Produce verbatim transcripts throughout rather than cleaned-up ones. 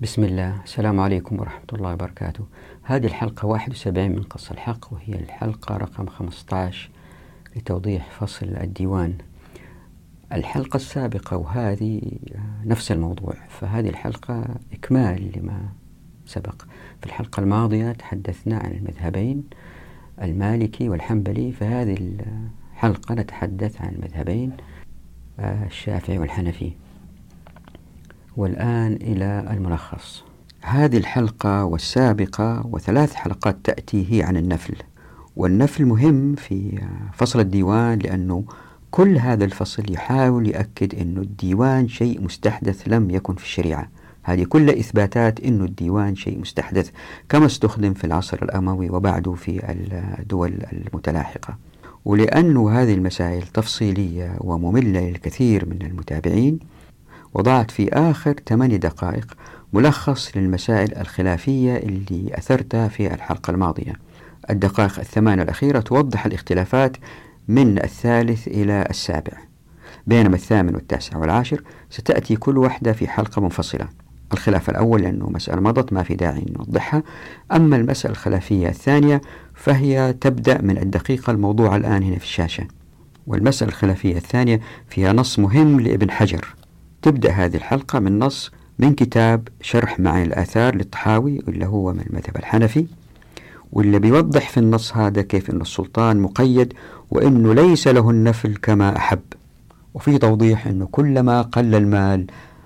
بسم الله، السلام عليكم ورحمة الله وبركاته. هذه الحلقة واحد وسبعين من قص الحق، وهي الحلقة رقم خمسة عشر لتوضيح فصل الديوان. الحلقة السابقة وهذه نفس الموضوع، فهذه الحلقة إكمال لما سبق. في الحلقة الماضية تحدثنا عن المذهبين المالكي والحنبلي، فهذه الحلقة نتحدث عن المذهبين الشافعي والحنفي. والآن إلى الملخص. هذه الحلقة والسابقة وثلاث حلقات تأتي هي عن النفل، والنفل مهم في فصل الديوان لأنه كل هذا الفصل يحاول يأكد أنه الديوان شيء مستحدث لم يكن في الشريعة. هذه كل إثباتات أنه الديوان شيء مستحدث كما استخدم في العصر الأموي وبعده في الدول المتلاحقة. ولأنه هذه المسائل تفصيلية ومملة للكثير من المتابعين، وضعت في آخر ثماني دقائق ملخص للمسائل الخلافية اللي أثرتها في الحلقة الماضية. الدقائق الثمان الأخيرة توضح الاختلافات من الثالث إلى السابع، بينما الثامن والتاسع والعاشر ستأتي كل واحدة في حلقة منفصلة. الخلاف الأول لأنه مسألة مضت ما في داعي نوضحها، أما المسألة الخلافية الثانية فهي تبدأ من الدقيقة الموضوع الآن هنا في الشاشة. والمسألة الخلافية الثانية فيها نص مهم لابن حجر. تبدأ هذه الحلقة من نص من كتاب شرح معاني الآثار للطحاوي اللي هو من المذهب الحنفي، واللي بيوضح في النص هذا كيف أن السلطان مقيد وأنه ليس له النفل كما أحب، وفي توضيح أنه كلما قل المال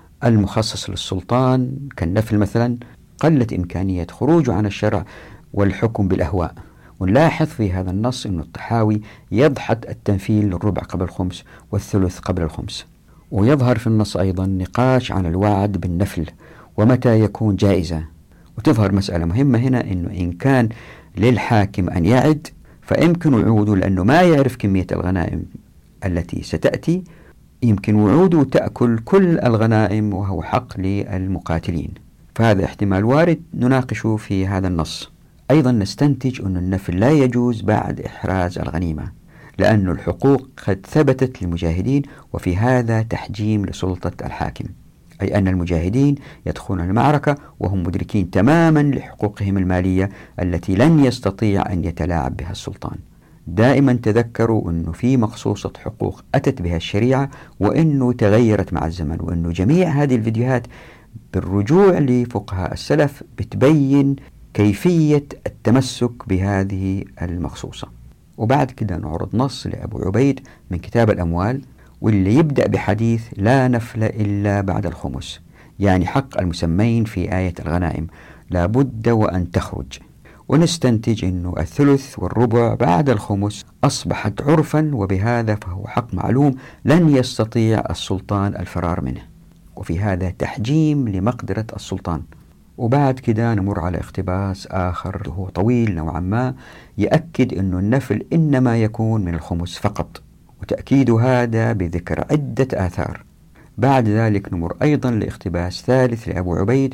المخصص للسلطان كالنفل مثلا قلت إمكانية خروجه عن الشرع والحكم بالأهواء. ونلاحظ في هذا النص أن الطحاوي يضحط التنفيل للربع قبل الخمس والثلث قبل الخمس. ويظهر في النص أيضا نقاش عن الوعد بالنفل ومتى يكون جائزة. وتظهر مسألة مهمة هنا، أنه إن كان للحاكم أن يعد فيمكن وعوده، لأنه ما يعرف كمية الغنائم التي ستأتي، يمكن وعوده تأكل كل الغنائم وهو حق للمقاتلين، فهذا احتمال وارد نناقشه في هذا النص. أيضا نستنتج أن النفل لا يجوز بعد إحراز الغنيمة، لأن الحقوق قد ثبتت للمجاهدين، وفي هذا تحجيم لسلطة الحاكم، أي أن المجاهدين يدخلون المعركة وهم مدركين تماما لحقوقهم المالية التي لن يستطيع أن يتلاعب بها السلطان. دائما تذكروا أنه في مقصوصة حقوق أتت بها الشريعة، وأنه تغيرت مع الزمن، وأنه جميع هذه الفيديوهات بالرجوع لفقهاء السلف بتبين كيفية التمسك بهذه المقصوصة. وبعد كده نعرض نص لأبو عبيد من كتاب الأموال، واللي يبدأ بحديث لا نفل إلا بعد الخمس، يعني حق المسمين في آية الغنائم لا بد وأن تخرج. ونستنتج أنه الثلث والربع بعد الخمس أصبحت عرفا، وبهذا فهو حق معلوم لن يستطيع السلطان الفرار منه، وفي هذا تحجيم لمقدرة السلطان. وبعد كده نمر على اقتباس آخر هو طويل نوعا ما يأكد أن النفل إنما يكون من الخمس فقط، وتأكيد هذا بذكر عدة آثار. بعد ذلك نمر أيضا لاقتباس ثالث لأبو عبيد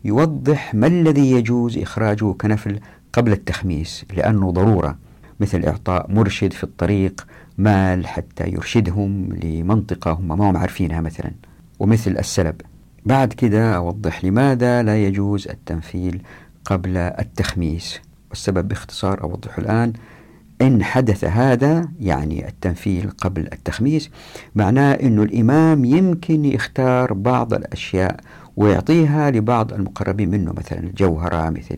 يوضح ما الذي يجوز إخراجه كنفل قبل التخميس، لأنه ضرورة، مثل إعطاء مرشد في الطريق مال حتى يرشدهم لمنطقة هم ما هم عارفينها مثلا، ومثل السلب. بعد كده أوضح لماذا لا يجوز التنفيل قبل التخميس، والسبب باختصار أوضحه الآن. إن حدث هذا يعني التنفيل قبل التخميس، معناه أنه الإمام يمكن يختار بعض الأشياء ويعطيها لبعض المقربين منه، مثلا الجوهرة، مثل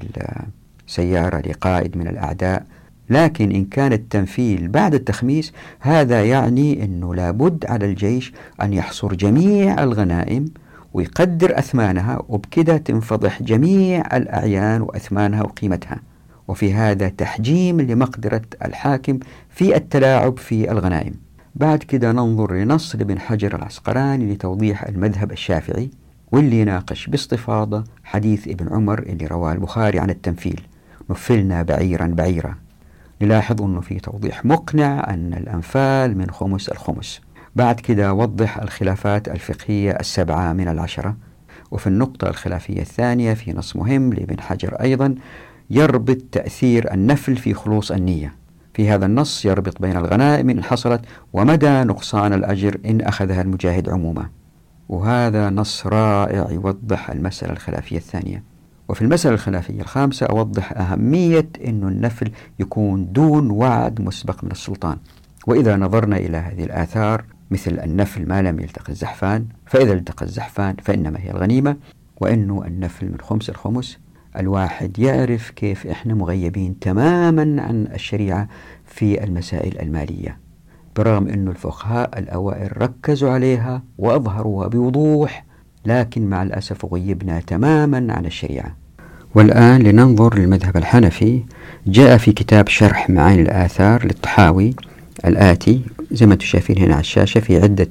سيارة لقائد من الأعداء. لكن إن كان التنفيل بعد التخميس هذا يعني أنه لابد على الجيش أن يحصر جميع الغنائم ويقدر أثمانها، وبكده تنفضح جميع الأعيان وأثمانها وقيمتها، وفي هذا تحجيم لمقدرة الحاكم في التلاعب في الغنائم. بعد كده ننظر لنص لابن حجر العسقلاني لتوضيح المذهب الشافعي، واللي يناقش باستفاضة حديث ابن عمر اللي رواه البخاري عن التنفيل، نفلنا بعيرا بعيرا. نلاحظ أنه في توضيح مقنع أن الأنفال من خمس الخمس. بعد كده وضح الخلافات الفقهية السبعة من العشرة. وفي النقطة الخلافية الثانية في نص مهم لابن حجر أيضا يربط تأثير النفل في خلوص النية. في هذا النص يربط بين الغنائم إن حصلت ومدى نقصان الأجر إن أخذها المجاهد عموما. وهذا نص رائع يوضح المسألة الخلافية الثانية. وفي المسألة الخلافية الخامسة أوضح أهمية أن النفل يكون دون وعد مسبق من السلطان. وإذا نظرنا إلى هذه الآثار مثل النفل ما لم يلتقي الزحفان، فإذا التقى الزحفان فإنما هي الغنيمة، وإنه النفل من خمس الخمس، الواحد يعرف كيف إحنا مغيبين تماما عن الشريعة في المسائل المالية، برغم أن الفقهاء الأوائل ركزوا عليها وأظهروها بوضوح، لكن مع الأسف غيبنا تماما عن الشريعة. والآن لننظر للمذهب الحنفي. جاء في كتاب شرح معاني الآثار للطحاوي الآتي زي ما تشاهدين هنا على الشاشة في عدة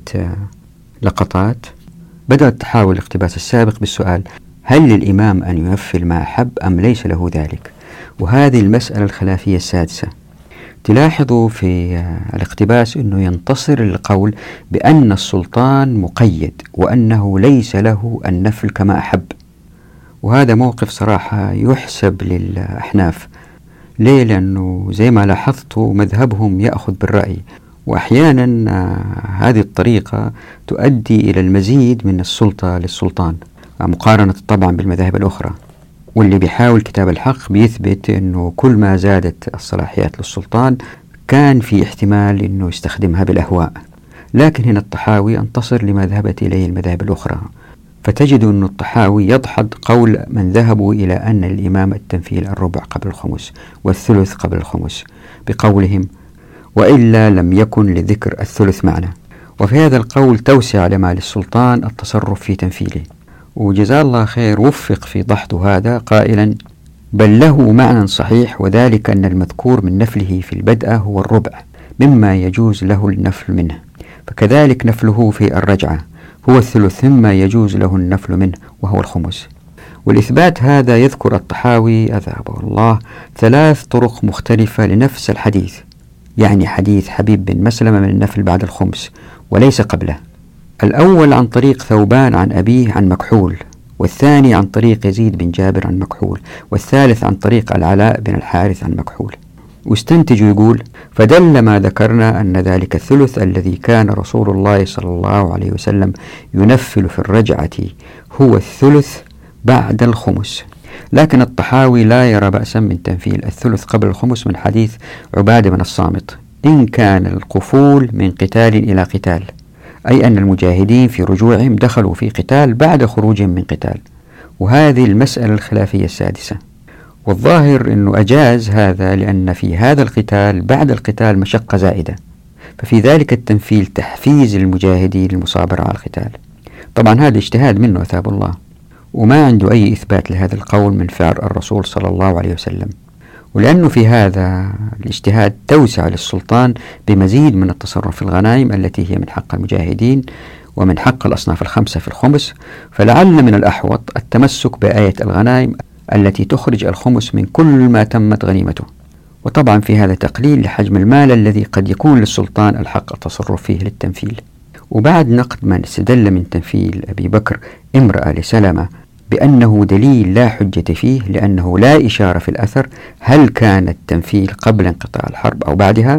لقطات. بدأ الطحاوي الاقتباس السابق بالسؤال: هل للإمام أن ينفل ما أحب أم ليس له ذلك؟ وهذه المسألة الخلافية السادسة. تلاحظوا في الاقتباس أنه ينتصر القول بأن السلطان مقيد وأنه ليس له النفل كما أحب، وهذا موقف صراحة يحسب للأحناف. ليه؟ لأنه زي ما لاحظتوا مذهبهم يأخذ بالرأي، وأحيانا هذه الطريقة تؤدي إلى المزيد من السلطة للسلطان مقارنة طبعا بالمذاهب الأخرى. واللي بيحاول كتاب الحق بيثبت أنه كل ما زادت الصلاحيات للسلطان كان في احتمال أنه يستخدمها بالأهواء، لكن هنا الطحاوي انتصر لما ذهبت إليه المذاهب الأخرى. فتجد أن الطحاوي يدحض قول من ذهبوا إلى أن الإمام التنفيل الربع قبل الخمس والثلث قبل الخمس بقولهم: وإلا لم يكن لذكر الثلث معنى. وفي هذا القول توسع لما للسلطان التصرف في تنفيله. وجزاه الله خير وفق في ضحض هذا قائلا: بل له معنى صحيح، وذلك أن المذكور من نفله في البدء هو الربع مما يجوز له النفل منه، فكذلك نفله في الرجعة هو الثلث مما يجوز له النفل منه وهو الخمس. والإثبات هذا يذكر الطحاوي أذهبه الله ثلاث طرق مختلفة لنفس الحديث، يعني حديث حبيب بن مسلمة من النفل بعد الخمس وليس قبله. الأول عن طريق ثوبان عن أبيه عن مكحول، والثاني عن طريق يزيد بن جابر عن مكحول، والثالث عن طريق العلاء بن الحارث عن مكحول. واستنتج يقول: فدل ما ذكرنا أن ذلك الثلث الذي كان رسول الله صلى الله عليه وسلم ينفل في الرجعة هو الثلث بعد الخمس. لكن الطحاوي لا يرى بأسا من تنفيل الثلث قبل الخمس من حديث عبادة بن الصامت إن كان القفول من قتال إلى قتال، أي أن المجاهدين في رجوعهم دخلوا في قتال بعد خروجهم من قتال. وهذه المسألة الخلافية السادسة. والظاهر أنه أجاز هذا لأن في هذا القتال بعد القتال مشقة زائدة، ففي ذلك التنفيل تحفيز المجاهدين للمصابرة على القتال. طبعا هذا اجتهاد منه أثاب الله، وما عنده أي إثبات لهذا القول من فعل الرسول صلى الله عليه وسلم. ولأنه في هذا الاجتهاد توسع للسلطان بمزيد من التصرف في الغنائم التي هي من حق المجاهدين ومن حق الأصناف الخمسة في الخمس، فلعل من الأحوط التمسك بآية الغنائم التي تخرج الخمس من كل ما تمت غنيمته. وطبعا في هذا تقليل لحجم المال الذي قد يكون للسلطان الحق التصرف فيه للتنفيل. وبعد نقد من استدل من تنفيل أبي بكر امرأة لسلمة بأنه دليل لا حجة فيه لأنه لا إشارة في الأثر هل كان التنفيل قبل انقطاع الحرب أو بعدها،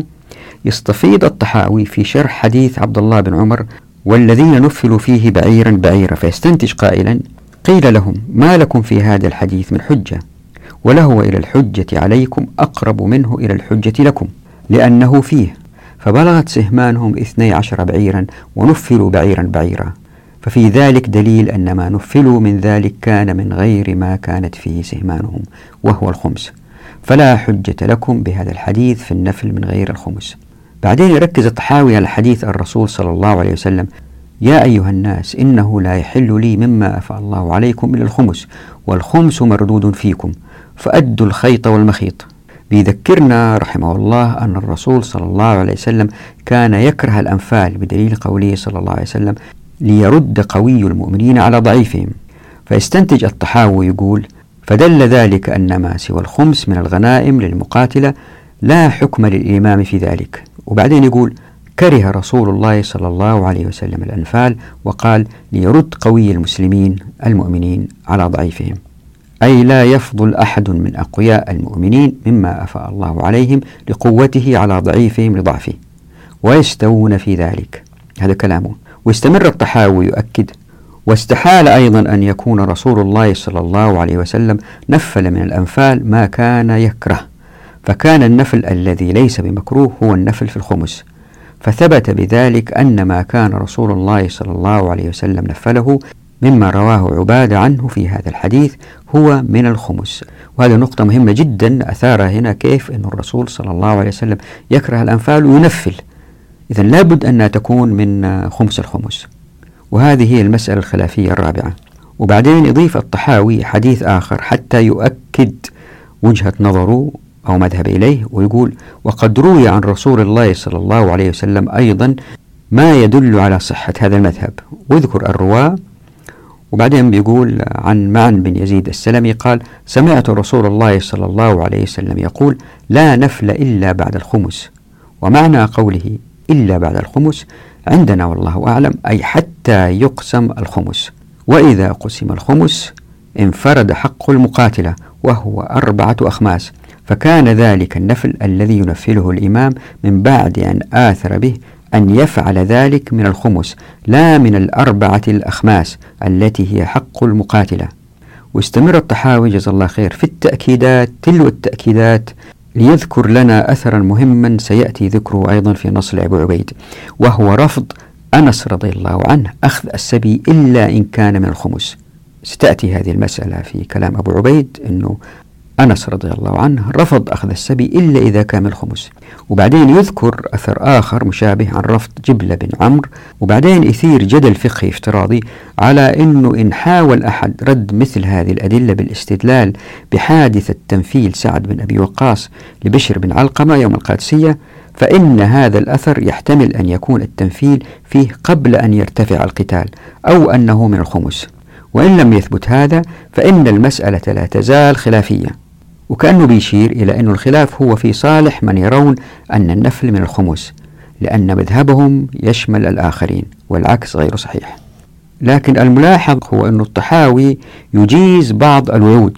يستفيض الطحاوي في شرح حديث عبد الله بن عمر والذين نفلوا فيه بعيرا بعيرا، فيستنتج قائلا: قيل لهم ما لكم في هذا الحديث من حجة، ولهو إلى الحجة عليكم أقرب منه إلى الحجة لكم لأنه فيه، فبلغت سهمانهم اثني عشر بعيرا ونفلوا بعيرا بعيرا، ففي ذلك دليل أن ما نفلوا من ذلك كان من غير ما كانت فيه سهمانهم وهو الخمس، فلا حجة لكم بهذا الحديث في النفل من غير الخمس. بعدين يركز الطحاوي على حديث الرسول صلى الله عليه وسلم: يا أيها الناس إنه لا يحل لي مما أفاء الله عليكم إلا الخمس، والخمس مردود فيكم فأدوا الخيط والمخيط. بيذكرنا رحمه الله أن الرسول صلى الله عليه وسلم كان يكره الأنفال بدليل قوله صلى الله عليه وسلم: ليرد قوي المؤمنين على ضعيفهم. فيستنتج الطحاوي يقول: فدل ذلك أن ما سوى الخمس من الغنائم للمقاتلة لا حكم للإمام في ذلك. وبعدين يقول: كره رسول الله صلى الله عليه وسلم الأنفال وقال: ليرد قوي المسلمين المؤمنين على ضعيفهم، أي لا يفضل أحد من أقوياء المؤمنين مما أفاء الله عليهم لقوته على ضعيفهم لضعفه، ويستوون في ذلك. هذا كلامه. واستمر الطحاوي يؤكد: واستحال أيضا أن يكون رسول الله صلى الله عليه وسلم نفل من الأنفال ما كان يكره، فكان النفل الذي ليس بمكروه هو النفل في الخمس، فثبت بذلك أن ما كان رسول الله صلى الله عليه وسلم نفله مما رواه عبادة عنه في هذا الحديث هو من الخمس. وهذه نقطة مهمة جدا أثارها هنا، كيف أن الرسول صلى الله عليه وسلم يكره الأنفال وينفل، إذن لابد أنها تكون من خمس الخمس. وهذه هي المسألة الخلافية الرابعة. وبعدين يضيف الطحاوي حديث آخر حتى يؤكد وجهة نظره أو مذهب إليه، ويقول: وقد روي عن رسول الله صلى الله عليه وسلم أيضا ما يدل على صحة هذا المذهب، ويذكر الرواة. وبعدين بيقول عن معن بن يزيد السلمي قال: سمعت رسول الله صلى الله عليه وسلم يقول: لا نفل إلا بعد الخمس. ومعنى قوله إلا بعد الخمس عندنا والله أعلم أي حتى يقسم الخمس، وإذا قسم الخمس انفرد حق المقاتلة وهو أربعة أخماس، فكان ذلك النفل الذي ينفله الإمام من بعد أن آثر به أن يفعل ذلك من الخمس لا من الأربعة الأخماس التي هي حق المقاتلة. واستمر الطحاوي جزا الله خير في التأكيدات تلو التأكيدات ليذكر لنا أثرا مهما سيأتي ذكره أيضا في نص أبو عبيد، وهو رفض أنس رضي الله عنه أخذ السبي إلا إن كان من الخمس. ستأتي هذه المسألة في كلام أبو عبيد، أنه أنس رضي الله عنه رفض أخذ السبي إلا إذا كان من الخمس. وبعدين يذكر أثر آخر مشابه عن رفض جبلة بن عمرو. وبعدين يثير جدل فقهي افتراضي على أنه إن حاول أحد رد مثل هذه الأدلة بالاستدلال بحادثة تنفيل سعد بن أبي وقاص لبشر بن علقمة يوم القادسية، فإن هذا الأثر يحتمل أن يكون التنفيل فيه قبل أن يرتفع القتال، أو أنه من الخمس. وإن لم يثبت هذا فإن المسألة لا تزال خلافية، وكأنه بيشير إلى أن الخلاف هو في صالح من يرون أن النفل من الخمس، لأن مذهبهم يشمل الآخرين، والعكس غير صحيح. لكن الملاحظ هو أن الطحاوي يجيز بعض الوعود،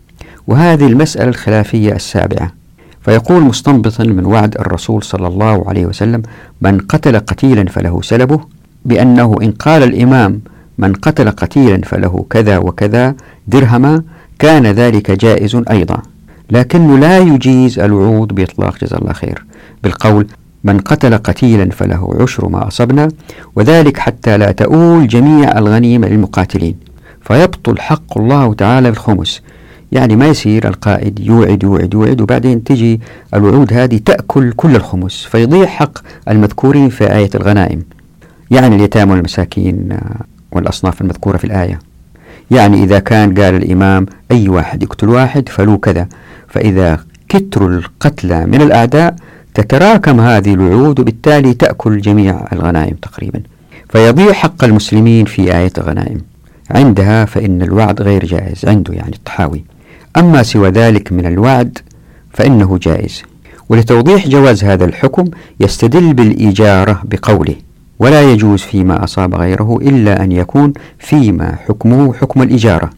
وهذه المسألة الخلافية السابعة. فيقول مستنبطا من وعد الرسول صلى الله عليه وسلم: من قتل قتيلا فله سلبه، بأنه إن قال الإمام من قتل قتيلا فله كذا وكذا درهما كان ذلك جائز أيضا، لكنه لا يجيز الوعود بإطلاق جزا الله خير بالقول من قتل قتيلا فله عشر ما أصبنا، وذلك حتى لا تؤول جميع الغنيمة للمقاتلين، فيبطل حق الله تعالى بالخمس. يعني ما يصير القائد يوعد يوعد يوعد وبعدين تجي الوعود هذه تأكل كل الخمس، فيضيع حق المذكورين في آية الغنائم، يعني اليتامى والمساكين والأصناف المذكورة في الآية. يعني إذا كان قال الإمام أي واحد يقتل واحد فلو كذا، فإذا كتروا القتلى من الأعداء تتراكم هذه الوعود، وبالتالي تأكل جميع الغنائم تقريبا، فيضيع حق المسلمين في آية الغنائم. عندها فإن الوعد غير جائز عنده، يعني الطحاوي. أما سوى ذلك من الوعد فإنه جائز. ولتوضيح جواز هذا الحكم يستدل بالإجارة بقوله: ولا يجوز فيما أصاب غيره إلا أن يكون فيما حكمه حكم الإجارة،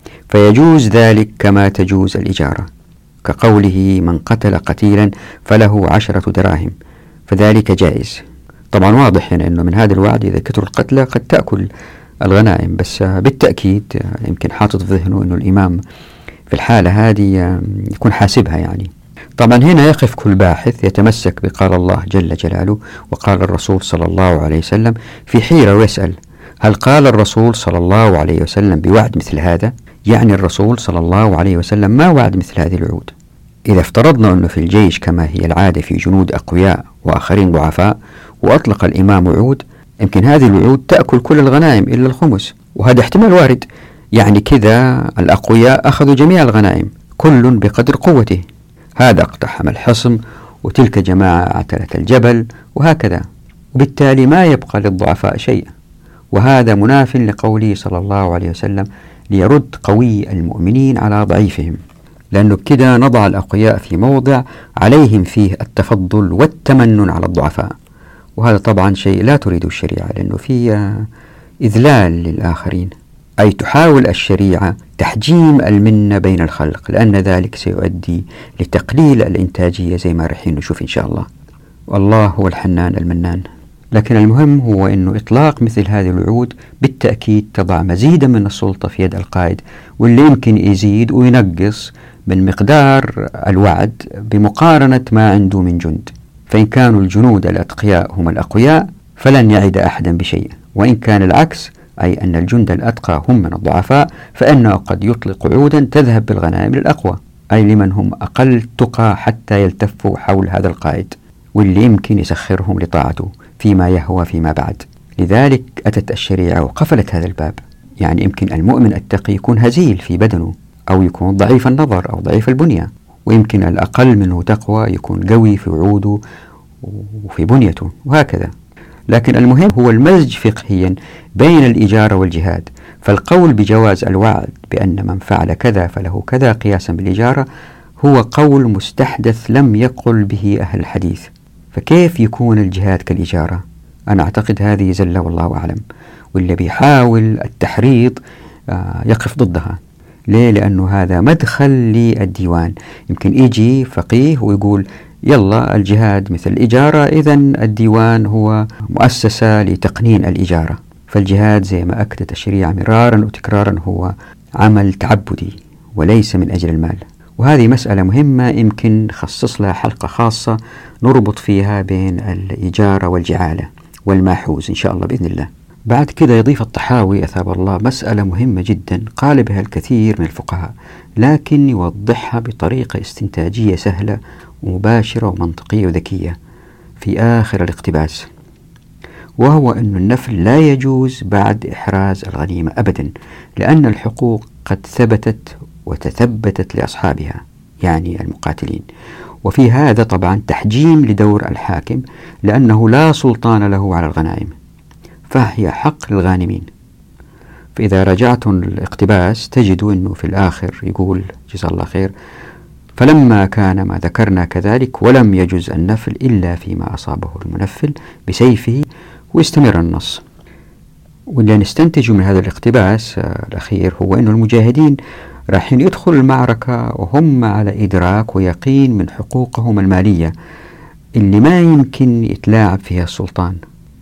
فيجوز ذلك كما تجوز الإجارة، كقوله من قتل قتيلا فله عشرة دراهم، فذلك جائز. طبعا واضح هنا أنه من هذا الوعد إذا كثر القتلى قد تأكل الغنائم، بس بالتأكيد يمكن حاطط في ذهنه أنه الإمام في الحالة هذه يكون حاسبها. يعني طبعا هنا يقف كل باحث يتمسك بقال الله جل جلاله وقال الرسول صلى الله عليه وسلم في حيرة، ويسأل: هل قال الرسول صلى الله عليه وسلم بوعد مثل هذا؟ يعني الرسول صلى الله عليه وسلم ما وعد مثل هذه الوعود. إذا افترضنا أنه في الجيش كما هي العادة في جنود أقوياء وآخرين ضعفاء وأطلق الإمام وعود، يمكن هذه الوعود تأكل كل الغنائم إلا الخمس، وهذا احتمال وارد. يعني كذا الأقوياء أخذوا جميع الغنائم كل بقدر قوته، هذا اقتحم الحصن وتلك جماعة اعتلت الجبل وهكذا، وبالتالي ما يبقى للضعفاء شيء. وهذا مناف لقوله صلى الله عليه وسلم: ليرد قوي المؤمنين على ضعيفهم، لأنه كده نضع الأقوياء في موضع عليهم فيه التفضل والتمنن على الضعفاء، وهذا طبعا شيء لا تريد الشريعة، لأنه فيه إذلال للآخرين، أي تحاول الشريعة تحجيم المنة بين الخلق، لأن ذلك سيؤدي لتقليل الإنتاجية زي ما رح نشوف إن شاء الله. والله هو الحنان المنان. لكن المهم هو أنه إطلاق مثل هذه الوعود بالتأكيد تضع مزيدا من السلطة في يد القائد، واللي يمكن يزيد وينقص من مقدار الوعد بمقارنة ما عنده من جند. فإن كانوا الجنود الأتقياء هم الأقوياء فلن يعد أحدا بشيء، وإن كان العكس أي أن الجند الأتقى هم من الضعفاء فإنه قد يطلق وعودا تذهب بالغنائم للأقوى، أي لمن هم أقل تقى حتى يلتفوا حول هذا القائد واللي يمكن يسخرهم لطاعته فيما يهوى فيما بعد. لذلك أتت الشريعة وقفلت هذا الباب. يعني يمكن المؤمن التقي يكون هزيل في بدنه، أو يكون ضعيف النظر أو ضعيف البنية، ويمكن الأقل منه تقوى يكون قوي في وعوده وفي بنيته وهكذا. لكن المهم هو المزج فقهيا بين الإجارة والجهاد. فالقول بجواز الوعد بأن من فعل كذا فله كذا قياسا بالإجارة هو قول مستحدث لم يقل به أهل الحديث. فكيف يكون الجهاد كالإجارة؟ أنا أعتقد هذه زلة والله أعلم، واللي بيحاول التحريض يقف ضدها. ليه؟ لأنه هذا مدخل للديوان. يمكن يجي فقيه ويقول يلا الجهاد مثل الإجارة، إذن الديوان هو مؤسسة لتقنين الإجارة. فالجهاد زي ما أكدت الشريعة مرارا وتكرارا هو عمل تعبدي وليس من أجل المال. وهذه مسألة مهمة يمكن نخصص لها حلقة خاصة نربط فيها بين الإجارة والجعالة والماحوز إن شاء الله بإذن الله. بعد كده يضيف الطحاوي أثاب الله مسألة مهمة جدا قال بها الكثير من الفقهاء، لكن يوضحها بطريقة استنتاجية سهلة ومباشرة ومنطقية وذكية في آخر الاقتباس، وهو أن النفل لا يجوز بعد إحراز الغنيمة أبدا، لأن الحقوق قد ثبتت وتثبتت لأصحابها يعني المقاتلين. وفي هذا طبعا تحجيم لدور الحاكم، لأنه لا سلطان له على الغنائم، فهي حق للغانمين. فإذا رجعتم الاقتباس تجدوا أنه في الآخر يقول جزاه الله خير: فلما كان ما ذكرنا كذلك ولم يجز النفل إلا فيما أصابه المنفل بسيفه، ويستمر النص. واللي نستنتج من هذا الاقتباس الأخير هو أن المجاهدين راح يدخلوا المعركة وهم على إدراك ويقين من حقوقهم المالية اللي ما يمكن يتلاعب فيها السلطان،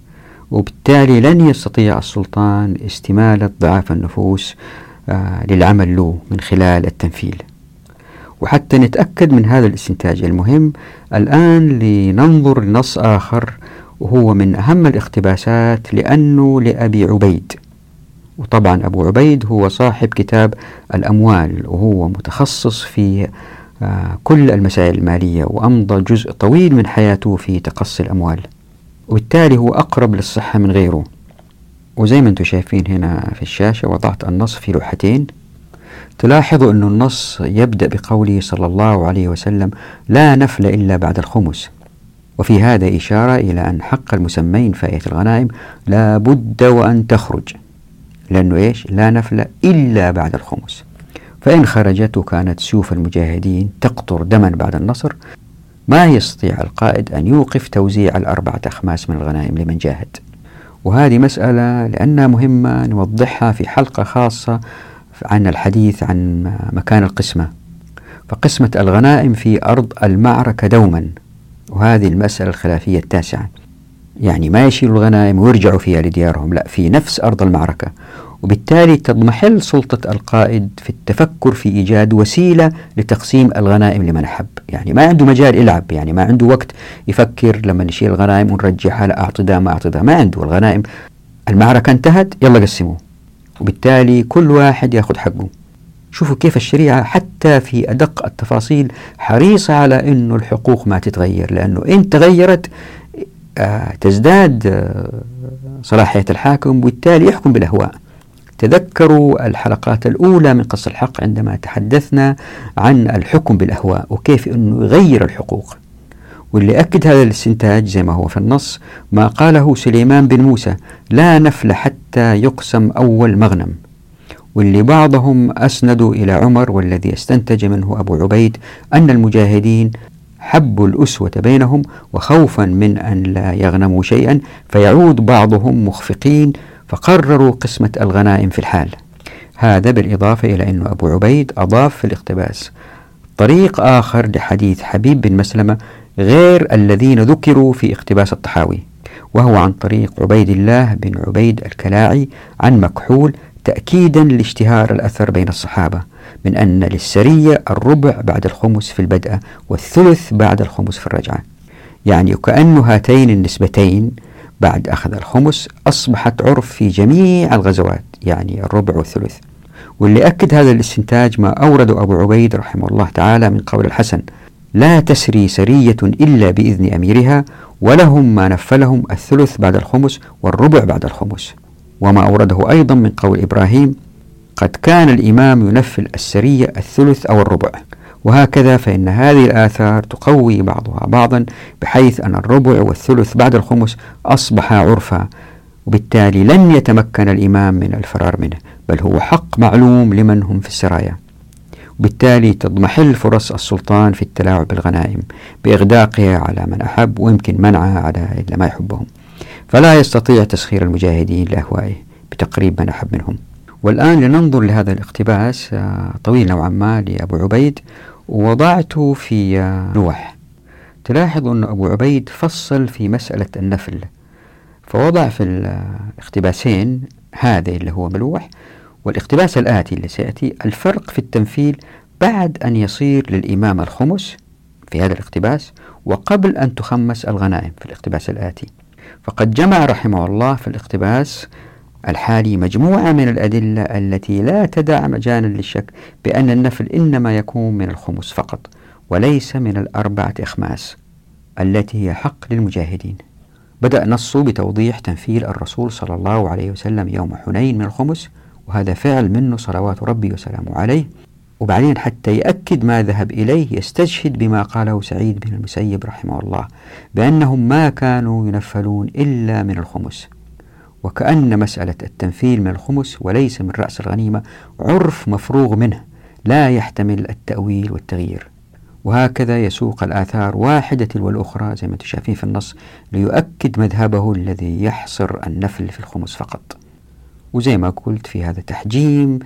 وبالتالي لن يستطيع السلطان استمالة ضعاف النفوس آه للعمل له من خلال التنفيل. وحتى نتأكد من هذا الاستنتاج المهم الآن لننظر لنص آخر، وهو من أهم الاقتباسات لأنه لأبي عبيد. وطبعا أبو عبيد هو صاحب كتاب الأموال، وهو متخصص في آه كل المسائل المالية، وأمضى جزء طويل من حياته في تقصي الأموال، وبالتالي هو أقرب للصحة من غيره. وزي ما انتم شايفين هنا في الشاشة وضعت النص في لوحتين. تلاحظوا أن النص يبدأ بقوله صلى الله عليه وسلم: لا نفل إلا بعد الخمس. وفي هذا إشارة إلى أن حق المسمين فائة الغنائم لا بد وأن تخرج، لأنه إيش؟ لا نفل إلا بعد الخمس. فإن خرجت وكانت سيوف المجاهدين تقطر دما بعد النصر ما يستطيع القائد أن يوقف توزيع الأربعة أخماس من الغنائم لمن جاهد. وهذه مسألة لأنها مهمة نوضحها في حلقة خاصة عن الحديث عن مكان القسمة. فقسمة الغنائم في أرض المعركة دوما، وهذه المسألة الخلافية التاسعة، يعني ما يشيلوا الغنائم ويرجعوا فيها لديارهم، لا، في نفس أرض المعركة. وبالتالي تضمحل سلطة القائد في التفكر في إيجاد وسيلة لتقسيم الغنائم لمن أحب. يعني ما عنده مجال يلعب، يعني ما عنده وقت يفكر لما نشيل الغنائم ونرجعها، لا أعطي ده ما أعطي ده، ما عنده. الغنائم المعركة انتهت، يلا قسموه، وبالتالي كل واحد يأخذ حقه. شوفوا كيف الشريعة حتى في أدق التفاصيل حريصة على أنه الحقوق ما تتغير، لأنه إن تغيرت آه تزداد آه صلاحية الحاكم، وبالتالي يحكم بالأهواء. تذكروا الحلقات الأولى من قص الحق عندما تحدثنا عن الحكم بالأهواء وكيف أنه يغير الحقوق. واللي أكد هذا الاستنتاج زي ما هو في النص ما قاله سليمان بن موسى: لا نفل حتى يقسم أول مغنم. واللي بعضهم أسندوا إلى عمر، والذي استنتج منه أبو عبيد أن المجاهدين حبوا الأسوة بينهم وخوفا من أن لا يغنموا شيئا فيعود بعضهم مخفقين، فقرروا قسمة الغنائم في الحال. هذا بالإضافة إلى أن أبو عبيد أضاف في الاقتباس طريق آخر لحديث حبيب بن مسلمة غير الذين ذكروا في اقتباس الطحاوي، وهو عن طريق عبيد الله بن عبيد الكلاعي عن مكحول، تأكيدا لاشتهار الأثر بين الصحابة من أن للسرية الربع بعد الخمس في البدء والثلث بعد الخمس في الرجعة، يعني كأن هاتين النسبتين بعد أخذ الخمس أصبحت عرف في جميع الغزوات، يعني الربع والثلث. واللي أكد هذا الاستنتاج ما أورده أبو عبيد رحمه الله تعالى من قول الحسن: لا تسري سرية إلا بإذن أميرها، ولهم ما نفلهم الثلث بعد الخمس والربع بعد الخمس. وما أورده أيضا من قول إبراهيم: قد كان الإمام ينفل السرية الثلث أو الربع. وهكذا فإن هذه الآثار تقوي بعضها بعضا، بحيث أن الربع والثلث بعد الخمس أصبح عرفا، وبالتالي لن يتمكن الإمام من الفرار منه، بل هو حق معلوم لمن هم في السرايا. وبالتالي تضمحل فرص السلطان في التلاعب بالغنائم بإغداقها على من أحب، ويمكن منعها على اللي ما يحبهم، فلا يستطيع تسخير المجاهدين لأهوائه بتقريب من أحب منهم. والآن لننظر لهذا الاقتباس طويل نوعا ما لأبو عبيد، ووضعته في لوح. تلاحظ أن أبو عبيد فصل في مسألة النفل، فوضع في الاقتباسين هذا اللي هو ملوح والاقتباس الآتي اللي سيأتي الفرق في التنفيل بعد أن يصير للإمام الخمس في هذا الاقتباس، وقبل أن تخمس الغنائم في الاقتباس الآتي. فقد جمع رحمه الله في الاقتباس الحالي مجموعة من الأدلة التي لا تدع مجالا للشك بأن النفل إنما يكون من الخمس فقط، وليس من الأربعة أخماس التي هي حق للمجاهدين. بدأ نصه بتوضيح تنفيل الرسول صلى الله عليه وسلم يوم حنين من الخمس، وهذا فعل منه صلوات ربي وسلامه عليه. وبعدين حتى يأكد ما ذهب إليه يستشهد بما قاله سعيد بن المسيب رحمه الله بأنهم ما كانوا ينفلون إلا من الخمس، وكأن مسألة التنفيل من الخمس وليس من رأس الغنيمة عرف مفروغ منه لا يحتمل التأويل والتغيير. وهكذا يسوق الآثار واحدة تلو الأخرى زي ما انتم شايفين في النص ليؤكد مذهبه الذي يحصر النفل في الخمس فقط. وزي ما قلت في هذا تحجيم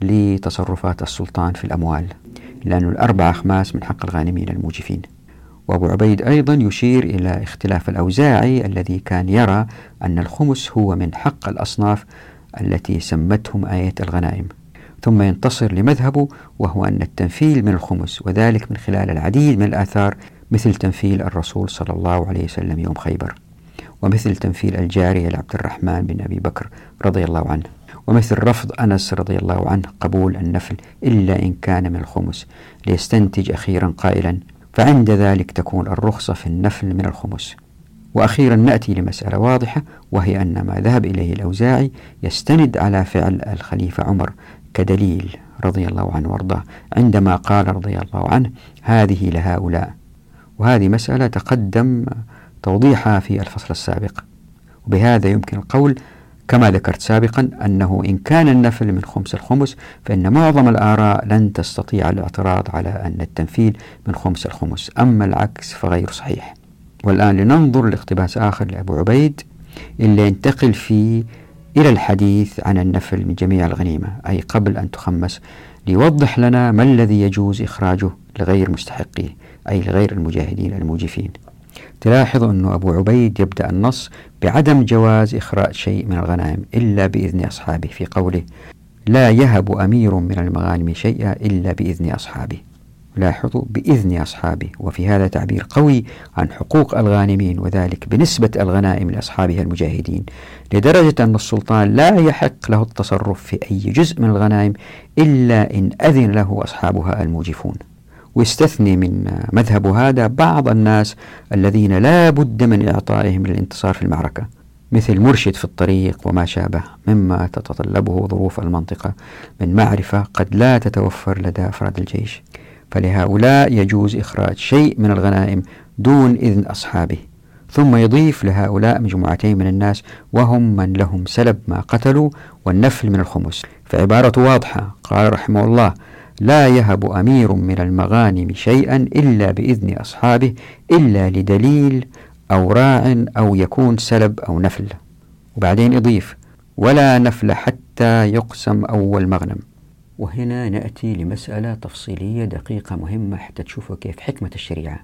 لتصرفات السلطان في الأموال، لأن الأربع أخماس من حق الغانمين الموجفين. وأبو عبيد أيضا يشير إلى اختلاف الأوزاعي الذي كان يرى أن الخمس هو من حق الأصناف التي سمتهم آية الغنائم، ثم ينتصر لمذهبه وهو أن التنفيل من الخمس، وذلك من خلال العديد من الآثار مثل تنفيل الرسول صلى الله عليه وسلم يوم خيبر، ومثل تنفيل الجارية لعبد الرحمن بن أبي بكر رضي الله عنه، ومثل رفض أنس رضي الله عنه قبول النفل إلا إن كان من الخمس، ليستنتج أخيرا قائلا: فعند ذلك تكون الرخصة في النفل من الخمس. وأخيرا نأتي لمسألة واضحة، وهي أن ما ذهب إليه الأوزاعي يستند على فعل الخليفة عمر كدليل رضي الله عنه وارضاه عندما قال رضي الله عنه: هذه لهؤلاء. وهذه مسألة تقدم توضيحها في الفصل السابق، وبهذا يمكن القول كما ذكرت سابقا أنه إن كان النفل من خمس الخمس فإن معظم الآراء لن تستطيع الاعتراض على أن التنفيل من خمس الخمس، أما العكس فغير صحيح. والآن لننظر لاقتباس آخر لأبو عبيد اللي ينتقل فيه إلى الحديث عن النفل من جميع الغنيمة، أي قبل أن تخمس، ليوضح لنا ما الذي يجوز إخراجه لغير مستحقيه، أي لغير المجاهدين الموجفين. تلاحظ أن أبو عبيد يبدأ النص بعدم جواز إخراج شيء من الغنائم إلا بإذن أصحابه، في قوله: لا يهب أمير من المغانم شيئا إلا بإذن أصحابه. لاحظوا بإذن أصحابه، وفي هذا تعبير قوي عن حقوق الغانمين، وذلك بنسبة الغنائم لأصحابها المجاهدين، لدرجة أن السلطان لا يحق له التصرف في أي جزء من الغنائم إلا إن أذن له أصحابها الموجفون. ويستثني من مذهب هذا بعض الناس الذين لا بد من إعطائهم للانتصار في المعركة، مثل مرشد في الطريق وما شابه، مما تتطلبه ظروف المنطقة من معرفة قد لا تتوفر لدى أفراد الجيش، فلهؤلاء يجوز إخراج شيء من الغنائم دون إذن أصحابه. ثم يضيف لهؤلاء مجموعتين من الناس وهم من لهم سلب ما قتلوا والنفل من الخمس، فعبارة واضحة. قال رحمه الله: لا يهب أمير من المغانم شيئا إلا بإذن أصحابه إلا لدليل أو راع أو يكون سلب أو نفل. وبعدين يضيف: ولا نفل حتى يقسم أول مغنم. وهنا نأتي لمسألة تفصيلية دقيقة مهمة حتى تشوفوا كيف حكمة الشريعة.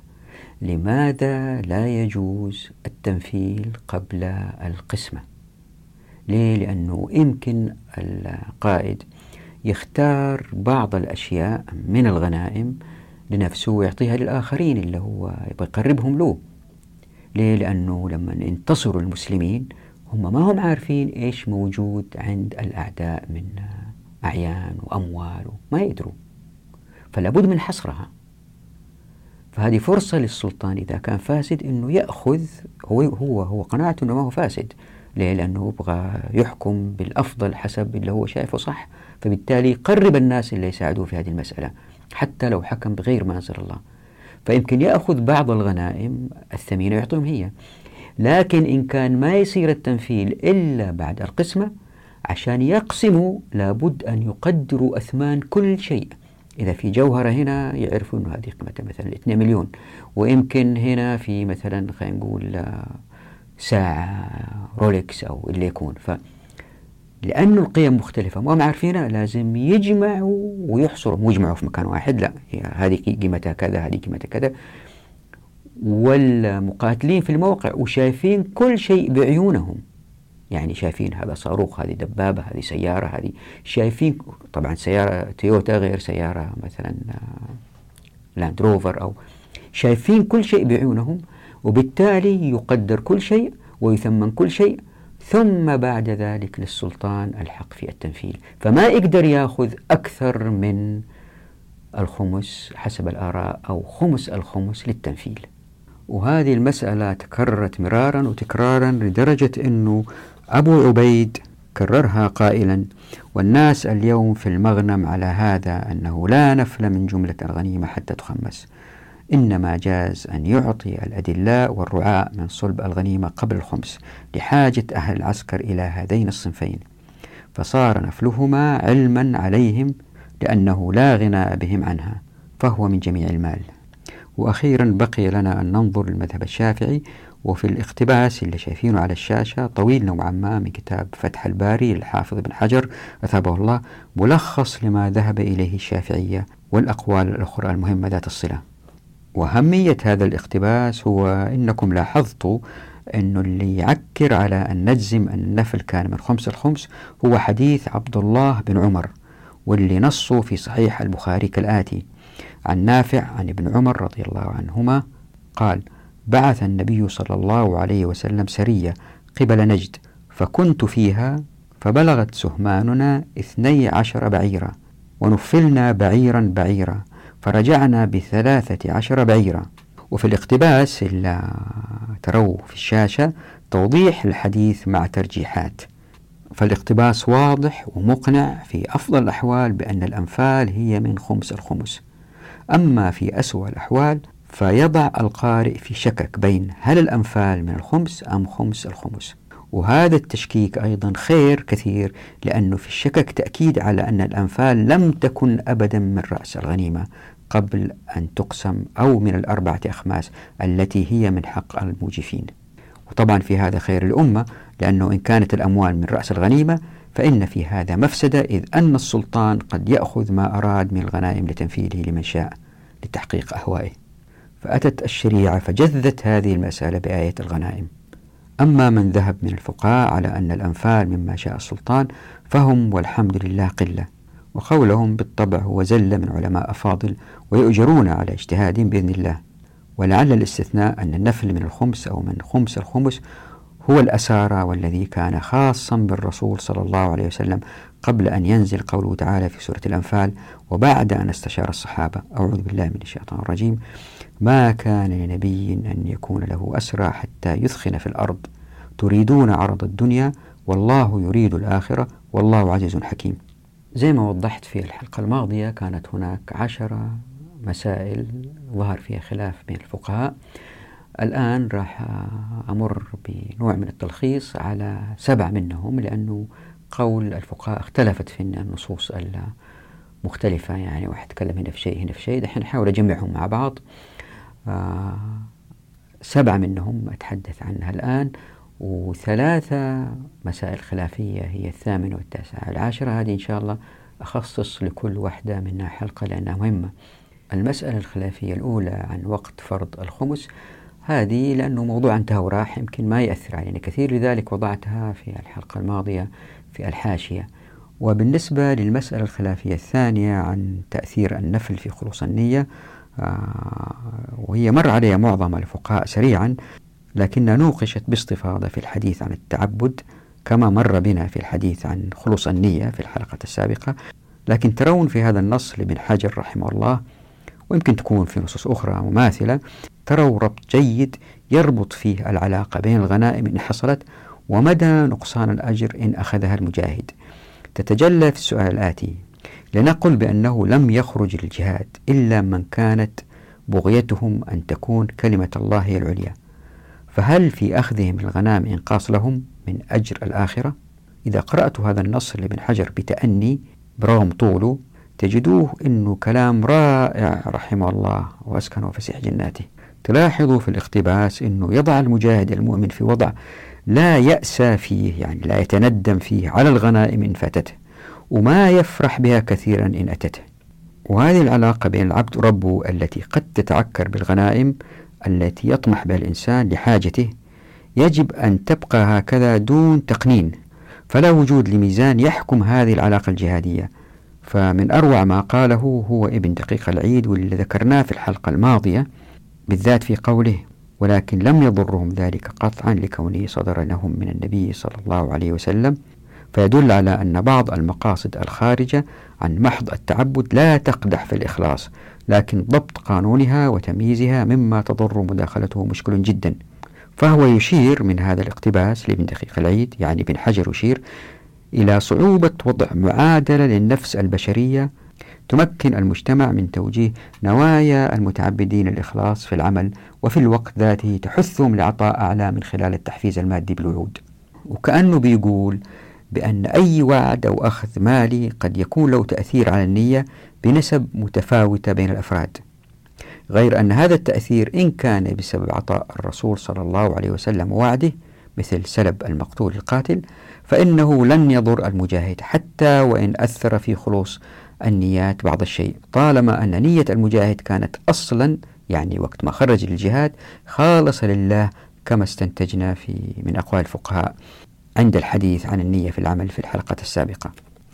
لماذا لا يجوز التنفيل قبل القسمة؟ ليه؟ لأنه يمكن القائد يختار بعض الأشياء من الغنائم لنفسه ويعطيها للآخرين اللي هو يبغى يقربهم له. ليه؟ لأنه لما ينتصروا المسلمين هم ما هم عارفين إيش موجود عند الأعداء من أعيان وأموال، ما يدروا، فلا بد من حصرها. فهذه فرصة للسلطان إذا كان فاسد أنه يأخذ، هو هو هو قناعته أنه ما هو فاسد. ليه؟ لأنه يبغى يحكم بالأفضل حسب اللي هو شايفه صح، فبالتالي يقرب الناس اللي يساعدوه في هذه المسألة حتى لو حكم بغير ما أنزل الله. فيمكن يأخذ بعض الغنائم الثمينة ويعطيهم هي، لكن إن كان ما يصير التنفيل إلا بعد القسمة، عشان يقسموا لابد أن يقدروا أثمان كل شيء. إذا في جوهرة هنا يعرفوا أنه هذه قيمتها مثلا اثنين مليون، ويمكن هنا في مثلا خلينا نقول ساعة رولكس أو اللي يكون. فلأنه القيم مختلفة ما هم عارفينها، لازم يجمعوا ويحصروا، مو يجمعوا في مكان واحد، لا، هذه قيمتها كذا، هذه قيمتها كذا. والمقاتلين في الموقع وشايفين كل شيء بعيونهم، يعني شايفين هذا صاروخ، هذه دبابة، هذه سيارة، هذه شايفين. طبعا سيارة تويوتا غير سيارة مثلا لاند روفر، أو شايفين كل شيء بعيونهم، وبالتالي يقدر كل شيء ويثمن كل شيء، ثم بعد ذلك للسلطان الحق في التنفيذ. فما يقدر يأخذ أكثر من الخمس حسب الآراء أو خمس الخمس للتنفيذ. وهذه المسألة تكررت مرارا وتكرارا لدرجة أنه أبو عبيد كررها قائلا: والناس اليوم في المغنم على هذا أنه لا نفل من جملة الغنيمة حتى تخمس، إنما جاز أن يعطي الأدلاء والرعاء من صلب الغنيمة قبل الخمس لحاجة أهل العسكر إلى هذين الصنفين، فصار نفلهما علما عليهم لأنه لا غناء بهم عنها، فهو من جميع المال. وأخيرا بقي لنا أن ننظر للمذهب الشافعي، وفي الاقتباس اللي شايفينه على الشاشة طويل نوعا ما من كتاب فتح الباري للحافظ ابن حجر أثابه الله، ملخص لما ذهب إليه الشافعية والأقوال الأخرى المهمة ذات الصلة. وأهمية هذا الاقتباس هو إنكم لاحظتوا أنه اللي يعكر على أن نجزم أن النفل كان من خمس الخمس هو حديث عبد الله بن عمر، واللي نصه في صحيح البخاري كالآتي: عن نافع عن ابن عمر رضي الله عنهما قال: بعث النبي صلى الله عليه وسلم سرية قبل نجد، فكنت فيها، فبلغت سهماننا اثني عشر بعيرا، ونفلنا بعيرا بعيرا، فرجعنا بثلاثة عشر بعيرا. وفي الاقتباس اللي تروه في الشاشة توضيح الحديث مع ترجيحات. فالاقتباس واضح ومقنع في أفضل الأحوال بأن الأنفال هي من خمس الخمس. أما في أسوأ الأحوال فيضع القارئ في شكك بين هل الأنفال من الخمس أم خمس الخمس. وهذا التشكيك أيضا خير كثير، لأنه في الشكك تأكيد على أن الأنفال لم تكن أبدا من رأس الغنيمة قبل أن تقسم، أو من الأربعة أخماس التي هي من حق الموجفين. وطبعا في هذا خير الأمة، لأنه إن كانت الأموال من رأس الغنيمة فإن في هذا مفسدة، إذ أن السلطان قد يأخذ ما أراد من الغنائم لتنفيذه لمن شاء لتحقيق أهوائه. فأتت الشريعة فجذت هذه المسألة بآية الغنائم. أما من ذهب من الفقهاء على أن الأنفال مما شاء السلطان فهم والحمد لله قلة، وقولهم بالطبع هو زلة من علماء أفاضل ويؤجرون على اجتهادهم بإذن الله. ولعل الاستثناء أن النفل من الخمس أو من خمس الخمس هو الأسارة، والذي كان خاصا بالرسول صلى الله عليه وسلم قبل أن ينزل قوله تعالى في سورة الأنفال: وبعد أن استشار الصحابة. أعوذ بالله من الشيطان الرجيم: ما كان لنبي أن يكون له أسرى حتى يثخن في الأرض تريدون عرض الدنيا والله يريد الآخرة والله عزيز حكيم. زي ما وضحت في الحلقة الماضية كانت هناك عشرة مسائل ظهر فيها خلاف بين الفقهاء. الآن راح أمر بنوع من التلخيص على سبع منهم، لأنه قول الفقهاء اختلفت في النصوص المختلفة، يعني واحد تكلم هنا في شيء هنا في شيء، دحين نحاول أجمعهم مع بعض. آه سبعة منهم أتحدث عنها الآن، وثلاثة مسائل خلافية هي الثامنة والتاسعة. العاشرة هذه إن شاء الله أخصص لكل واحدة منها حلقة لأنها مهمة. المسألة الخلافية الأولى عن وقت فرض الخمس، هذه لأنه موضوع انتهى وراح يمكن ما يأثر علينا كثير، لذلك وضعتها في الحلقة الماضية في الحاشية. وبالنسبة للمسألة الخلافية الثانية عن تأثير النفل في خلوص النية، آه وهي مر عليها معظم الفقهاء سريعا، لكنها نوقشت باستفاضة في الحديث عن التعبد كما مر بنا في الحديث عن خلوص النية في الحلقة السابقة. لكن ترون في هذا النص لابن حجر رحمه الله، ويمكن تكون في نصوص أخرى مماثلة، تروا ربط جيد يربط فيه العلاقة بين الغنائم إن حصلت ومدى نقصان الأجر إن أخذها المجاهد. تتجلى في السؤال الآتي: لنقل بأنه لم يخرج للجهاد إلا من كانت بغيتهم أن تكون كلمة الله هي العليا، فهل في أخذهم الغنائم إنقاص لهم من أجر الآخرة؟ إذا قرأت هذا النص لابن حجر بتأني برغم طوله تجدوه أنه كلام رائع رحمه الله وأسكنه فسيح جناته. تلاحظوا في الاقتباس أنه يضع المجاهد المؤمن في وضع لا يأسى فيه، يعني لا يتندم فيه على الغنائم إن فاتته، وما يفرح بها كثيرا إن أتته. وهذه العلاقة بين العبد وربه التي قد تتعكر بالغنائم التي يطمح بها الإنسان لحاجته يجب أن تبقى هكذا دون تقنين، فلا وجود لميزان يحكم هذه العلاقة الجهادية. فمن أروع ما قاله هو ابن دقيق العيد، واللي ذكرناه في الحلقة الماضية بالذات في قوله: ولكن لم يضرهم ذلك قطعا لكونه صدر لهم من النبي صلى الله عليه وسلم، فيدل على أن بعض المقاصد الخارجة عن محض التعبد لا تقدح في الإخلاص، لكن ضبط قانونها وتمييزها مما تضر مداخلته مشكل جدا. فهو يشير من هذا الاقتباس لابن دقيق العيد، يعني ابن حجر يشير إلى صعوبة وضع معادلة للنفس البشرية تمكن المجتمع من توجيه نوايا المتعبدين الإخلاص في العمل، وفي الوقت ذاته تحثهم لعطاء أعلى من خلال التحفيز المادي بالوعود. وكأنه بيقول بأن أي وعد أو أخذ مالي قد يكون له تأثير على النية بنسب متفاوتة بين الأفراد، غير أن هذا التأثير إن كان بسبب عطاء الرسول صلى الله عليه وسلم ووعده مثل سلب المقتول القاتل، فإنه لن يضر المجاهد حتى وإن أثر في خلوص النيات بعض الشيء، طالما أن نية المجاهد كانت أصلا يعني وقت ما خرج للجهاد خالصة لله، كما استنتجنا في من أقوال الفقهاء عند الحديث عن النية في العمل في الحلقة السابقة.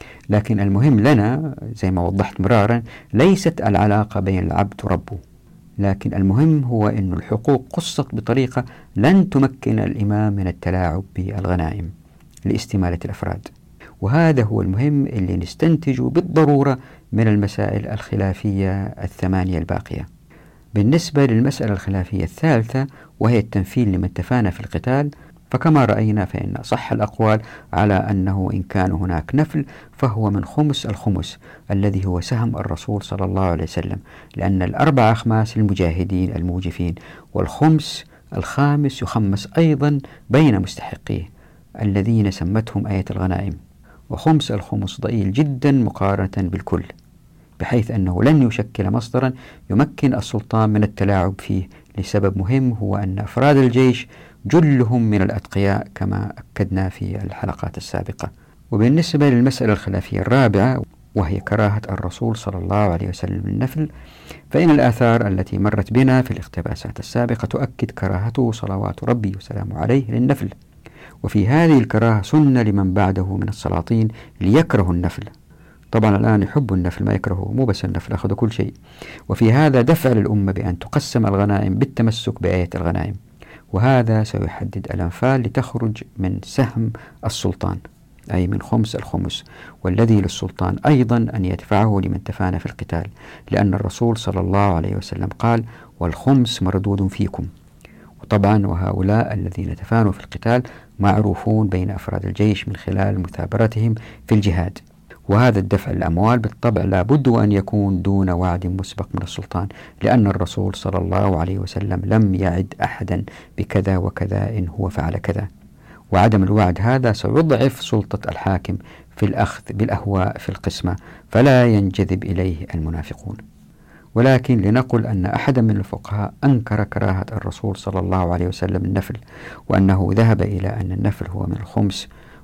لكن المهم لنا زي ما وضحت مرارا ليست العلاقة بين العبد وربه، لكن المهم هو أن الحقوق قصت بطريقة لن تمكن الإمام من التلاعب بالغنائم لاستمالة الأفراد. وهذا هو المهم اللي نستنتجه بالضرورة من المسائل الخلافية الثمانية الباقية. بالنسبة للمسألة الخلافية الثالثة وهي التنفيل لمن تفانى في القتال، فكما رأينا فإن صح الأقوال على أنه إن كان هناك نفل فهو من خمس الخمس الذي هو سهم الرسول صلى الله عليه وسلم، لأن الأربع أخماس المجاهدين الموجفين، والخمس الخامس يخمس أيضا بين مستحقيه الذين سمتهم آية الغنائم. وخمس الخمس ضئيل جدا مقارنة بالكل، بحيث أنه لن يشكل مصدرا يمكن السلطان من التلاعب فيه، لسبب مهم هو أن أفراد الجيش جلهم من الأتقياء كما أكدنا في الحلقات السابقة. وبالنسبة للمسألة الخلافية الرابعة وهي كراهة الرسول صلى الله عليه وسلم النفل، فإن الآثار التي مرت بنا في الاقتباسات السابقة تؤكد كراهته صلوات ربي وسلامه عليه للنفل، وفي هذه الكراهة سنة لمن بعده من السلاطين ليكرهوا النفل. طبعا الآن يحبوا النفل ما يكرهوا، مو بس النفل أخذوا كل شيء. وفي هذا دفع للأمة بأن تقسم الغنائم بالتمسك بآية الغنائم، وهذا سيحدد الأنفال لتخرج من سهم السلطان أي من خمس الخمس، والذي للسلطان أيضا أن يدفعه لمن تفانى في القتال، لأن الرسول صلى الله عليه وسلم قال: والخمس مردود فيكم. وطبعا وهؤلاء الذين تفانوا في القتال معروفون بين أفراد الجيش من خلال مثابرتهم في الجهاد، وهذا الدفع الأموال بالطبع لا بد أن يكون دون وعد مسبق من السلطان، لأن الرسول صلى الله عليه وسلم لم يعد أحدا بكذا وكذا إن هو فعل كذا، وعدم الوعد هذا سيضعف سلطة الحاكم في الأخذ بالأهواء في القسمة، فلا ينجذب إليه المنافقون. ولكن لنقل أن أحدا من الفقهاء أنكر كراهة الرسول صلى الله عليه وسلم النفل، وأنه ذهب إلى أن النفل هو من الخمس،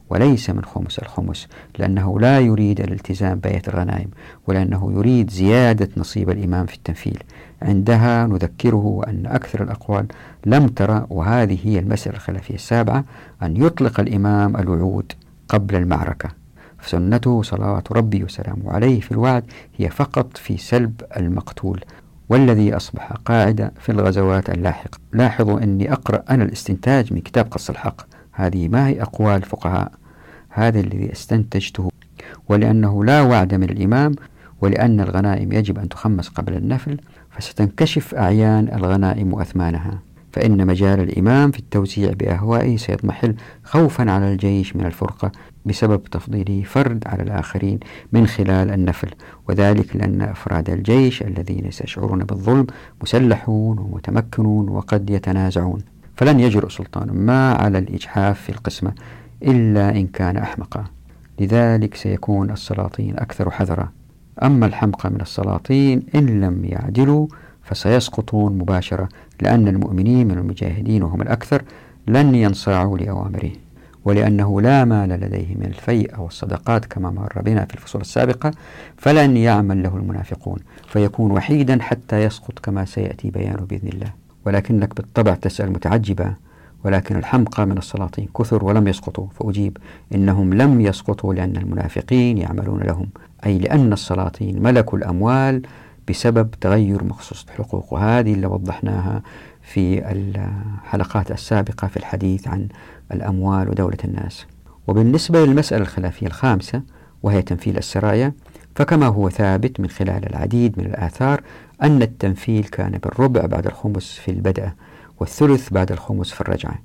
وليس من خمس الخمس، لأنه لا يريد الالتزام بية الغنائم، ولأنه يريد زيادة نصيب الإمام في التنفيل. عندها نذكره أن أكثر الأقوال لم ترى، وهذه هي المسألة الخلافية السابعة، أن يطلق الإمام الوعود قبل المعركة، فسنته صلوات ربي وسلامه عليه في الوعد هي فقط في سلب المقتول، والذي أصبح قاعدة في الغزوات اللاحقة. لاحظوا أني أقرأ أنا الاستنتاج من كتاب قص الحق، هذه ما هي أقوال الفقهاء، هذا الذي استنتجته. ولأنه لا وعد من الإمام، ولأن الغنائم يجب أن تخمس قبل النفل، فستنكشف أعيان الغنائم وأثمانها، فإن مجال الإمام في التوزيع بأهوائه سيضمحل خوفا على الجيش من الفرقة بسبب تفضيله فرد على الآخرين من خلال النفل، وذلك لأن أفراد الجيش الذين سيشعرون بالظلم مسلحون ومتمكنون وقد يتنازعون، فلن يجرؤ سلطان ما على الإجحاف في القسمة إلا إن كان أحمقا، لذلك سيكون السلاطين أكثر حذرا. أما الحمقى من السلاطين إن لم يعدلوا فسيسقطون مباشرة، لأن المؤمنين من المجاهدين وهم الأكثر لن ينصاعوا لأوامره، ولأنه لا مال لديه من الفيء أو الصدقات كما مر بنا في الفصول السابقة، فلن يعمل له المنافقون، فيكون وحيدا حتى يسقط كما سيأتي بيانه بإذن الله. ولكنك بالطبع تسأل متعجبا، ولكن الحمقى من السلاطين كثر ولم يسقطوا، فأجيب إنهم لم يسقطوا لأن المنافقين يعملون لهم، أي لأن السلاطين ملكوا الأموال بسبب تغير مخصوص الحقوق، وهذه اللي وضحناها في الحلقات السابقة في الحديث عن الأموال ودولة الناس. وبالنسبة للمسألة الخلافية الخامسة وهي تنفيل السرايا، فكما هو ثابت من خلال العديد من الآثار أن التنفيل كان بالربع بعد الخمس في البدء، والثلث بعد الخمس في الرجعة،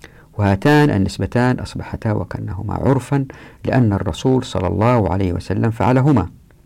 وهاتان النسبتان أصبحتا وكأنهما عرفا، لأن الرسول صلى الله عليه وسلم فعلهما،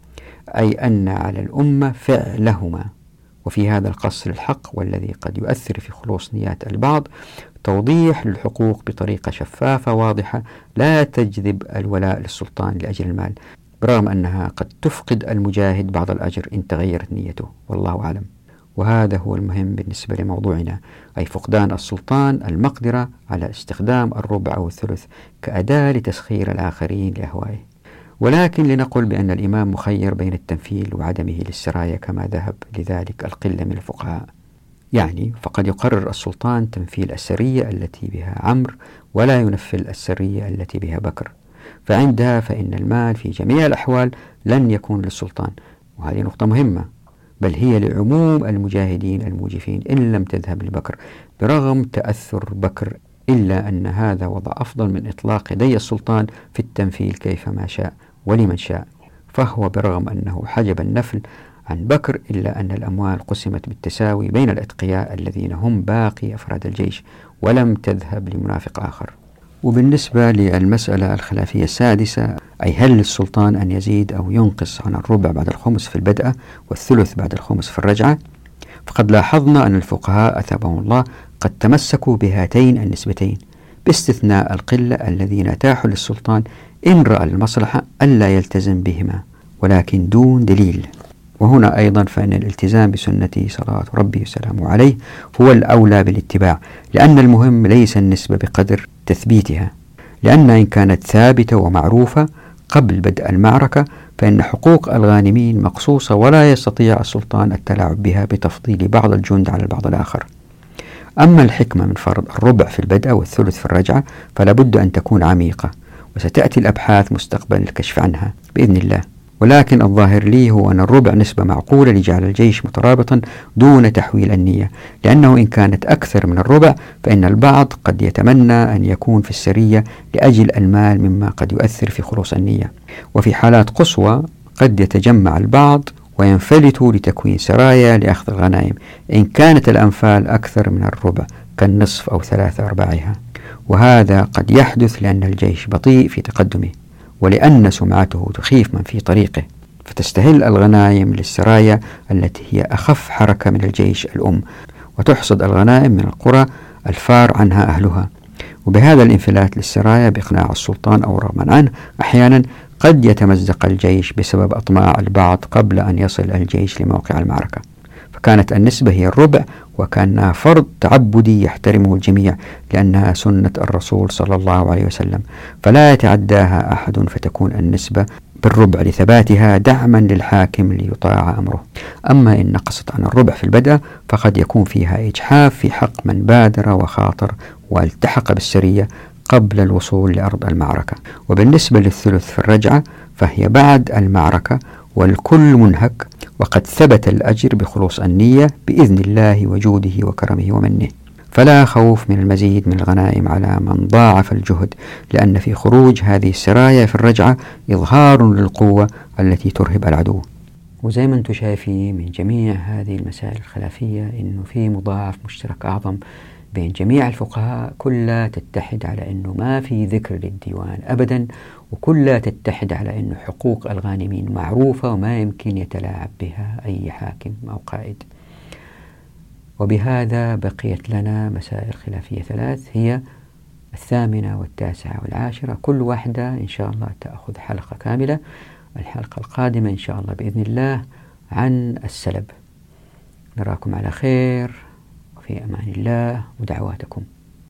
أي أن على الأمة فعلهما. وفي هذا القص للحق والذي قد يؤثر في خلوص نيات البعض توضيح للحقوق بطريقة شفافة واضحة لا تجذب الولاء للسلطان لأجل المال، برغم أنها قد تفقد المجاهد بعض الأجر إن تغيرت نيته، والله أعلم. وهذا هو المهم بالنسبة لموضوعنا، أي فقدان السلطان المقدرة على استخدام الربع أو الثلث كأداة لتسخير الآخرين لأهوائه. ولكن لنقل بأن الإمام مخير بين التنفيل وعدمه للسرايا كما ذهب لذلك القلة من الفقهاء، يعني فقد يقرر السلطان تنفيل السرية التي بها عمرو ولا ينفل السرية التي بها بكر، فعندها فإن المال في جميع الأحوال لن يكون للسلطان، وهذه نقطة مهمة، بل هي لعموم المجاهدين الموجفين إن لم تذهب لبكر، برغم تأثر بكر، إلا أن هذا وضع أفضل من إطلاق يدي السلطان في التنفيل كيفما شاء ولمن شاء، فهو برغم أنه حجب النفل عن بكر إلا أن الأموال قسمت بالتساوي بين الأتقياء الذين هم باقي أفراد الجيش، ولم تذهب لمنافق آخر. وبالنسبة للمسألة الخلافية السادسة، أي هل للسلطان أن يزيد أو ينقص عن الربع بعد الخمس في البدء والثلث بعد الخمس في الرجعة، فقد لاحظنا أن الفقهاء أثابهم الله قد تمسكوا بهاتين النسبتين، باستثناء القلة الذين أتاحوا للسلطان إن رأى المصلحة ألا يلتزم بهما، ولكن دون دليل. وهنا أيضا فإن الالتزام بسنته صلوات ربي وسلامه عليه هو الأولى بالاتباع، لأن المهم ليس النسبة بقدر تثبيتها، لأن إن كانت ثابتة ومعروفة قبل بدء المعركة فإن حقوق الغانمين مقصوصة ولا يستطيع السلطان التلاعب بها بتفضيل بعض الجند على البعض الآخر. أما الحكمة من فرض الربع في البدء والثلث في الرجعة فلا بد أن تكون عميقة، وستأتي الأبحاث مستقبلا للكشف عنها بإذن الله. ولكن الظاهر لي هو أن الربع نسبة معقولة لجعل الجيش مترابطا دون تحويل النية، لأنه إن كانت أكثر من الربع فإن البعض قد يتمنى أن يكون في السرية لأجل المال مما قد يؤثر في خلوص النية، وفي حالات قصوى قد يتجمع البعض وينفلتوا لتكوين سرايا لأخذ الغنائم إن كانت الأنفال أكثر من الربع كالنصف أو ثلاثة أرباعها، وهذا قد يحدث لأن الجيش بطيء في تقدمه، ولأن سمعته تخيف من في طريقه، فتستهل الغنائم للسرايا التي هي أخف حركة من الجيش الأم، وتحصد الغنائم من القرى الفار عنها أهلها. وبهذا الانفلات للسرايا بإقناع السلطان أو رغما عنه أحيانا قد يتمزق الجيش بسبب أطماع البعض قبل أن يصل الجيش لموقع المعركة، فكانت النسبة هي الربع، وكانها فرض تعبدي يحترمه الجميع لأنها سنة الرسول صلى الله عليه وسلم، فلا يتعداها أحد، فتكون النسبة بالربع لثباتها دعما للحاكم ليطاع أمره. أما إن نقصت عن الربع في البدء فقد يكون فيها إجحاف في حق من بادر وخاطر والتحق بالسرية قبل الوصول لأرض المعركة. وبالنسبة للثلث في الرجعة فهي بعد المعركة والكل منهك، وقد ثبت الأجر بخلوص النية بإذن الله وجوده وكرمه ومنه، فلا خوف من المزيد من الغنائم على من ضاعف الجهد، لأن في خروج هذه السرايا في الرجعة إظهار للقوة التي ترهب العدو. وزي ما انتم شايفين من جميع هذه المسائل الخلافية إنه في مضاعف مشترك أعظم بين جميع الفقهاء، كلها تتحد على أنه ما في ذكر للديوان أبدا، وكلها تتحد على أنه حقوق الغانمين معروفة وما يمكن يتلاعب بها أي حاكم أو قائد. وبهذا بقيت لنا مسائل خلافية ثلاث، هي الثامنة والتاسعة والعاشرة، كل واحدة إن شاء الله تأخذ حلقة كاملة. الحلقة القادمة إن شاء الله بإذن الله عن السلب. نراكم على خير وفي أمان الله ودعواتكم.